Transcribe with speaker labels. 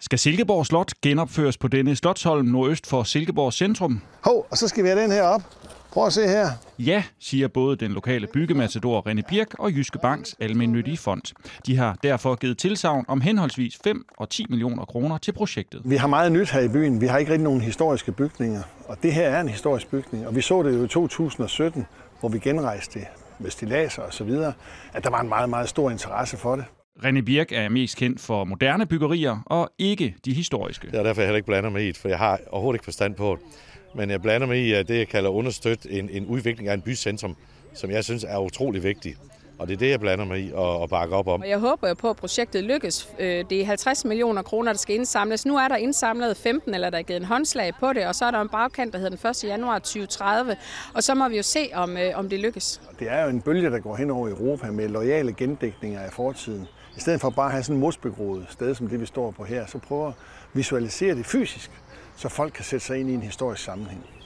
Speaker 1: Skal Silkeborg Slot genopføres på denne Slotsholm nordøst for Silkeborg centrum?
Speaker 2: Og så skal vi have den her op. Prøv at se her.
Speaker 1: Ja, siger både den lokale byggematador René Birk og Jyske Banks almennyttige fond. De har derfor givet tilsagn om henholdsvis 5 og 10 millioner kroner til projektet.
Speaker 2: Vi har meget nyt her i byen. Vi har ikke rigtig nogen historiske bygninger. Og det her er en historisk bygning. Og vi så det jo i 2017, hvor vi genrejste det med stiladser og så videre, at der var en meget, meget stor interesse for det.
Speaker 1: René Birk er mest kendt for moderne byggerier og ikke de historiske.
Speaker 3: Det er derfor, jeg heller ikke blander mig i det, for jeg har overhovedet ikke forstand på det. Men jeg blander mig i, at det, jeg kalder understøtte en udvikling af en bycentrum, som jeg synes er utrolig vigtig. Og det er det, jeg blander mig i og bakker op om.
Speaker 4: Og jeg håber jo på, at projektet lykkes. Det er 50 millioner kroner, der skal indsamles. Nu er der indsamlet 15, eller der er givet en håndslag på det, og så er der en bagkant, der hedder den 1. januar 2030. Og så må vi jo se, om det lykkes.
Speaker 2: Det er jo en bølge, der går hen over Europa med loyale gendækninger af fortiden. I stedet for bare at have sådan et mosbegroet sted, som det vi står på her, så prøver at visualisere det fysisk, så folk kan sætte sig ind i en historisk sammenhæng.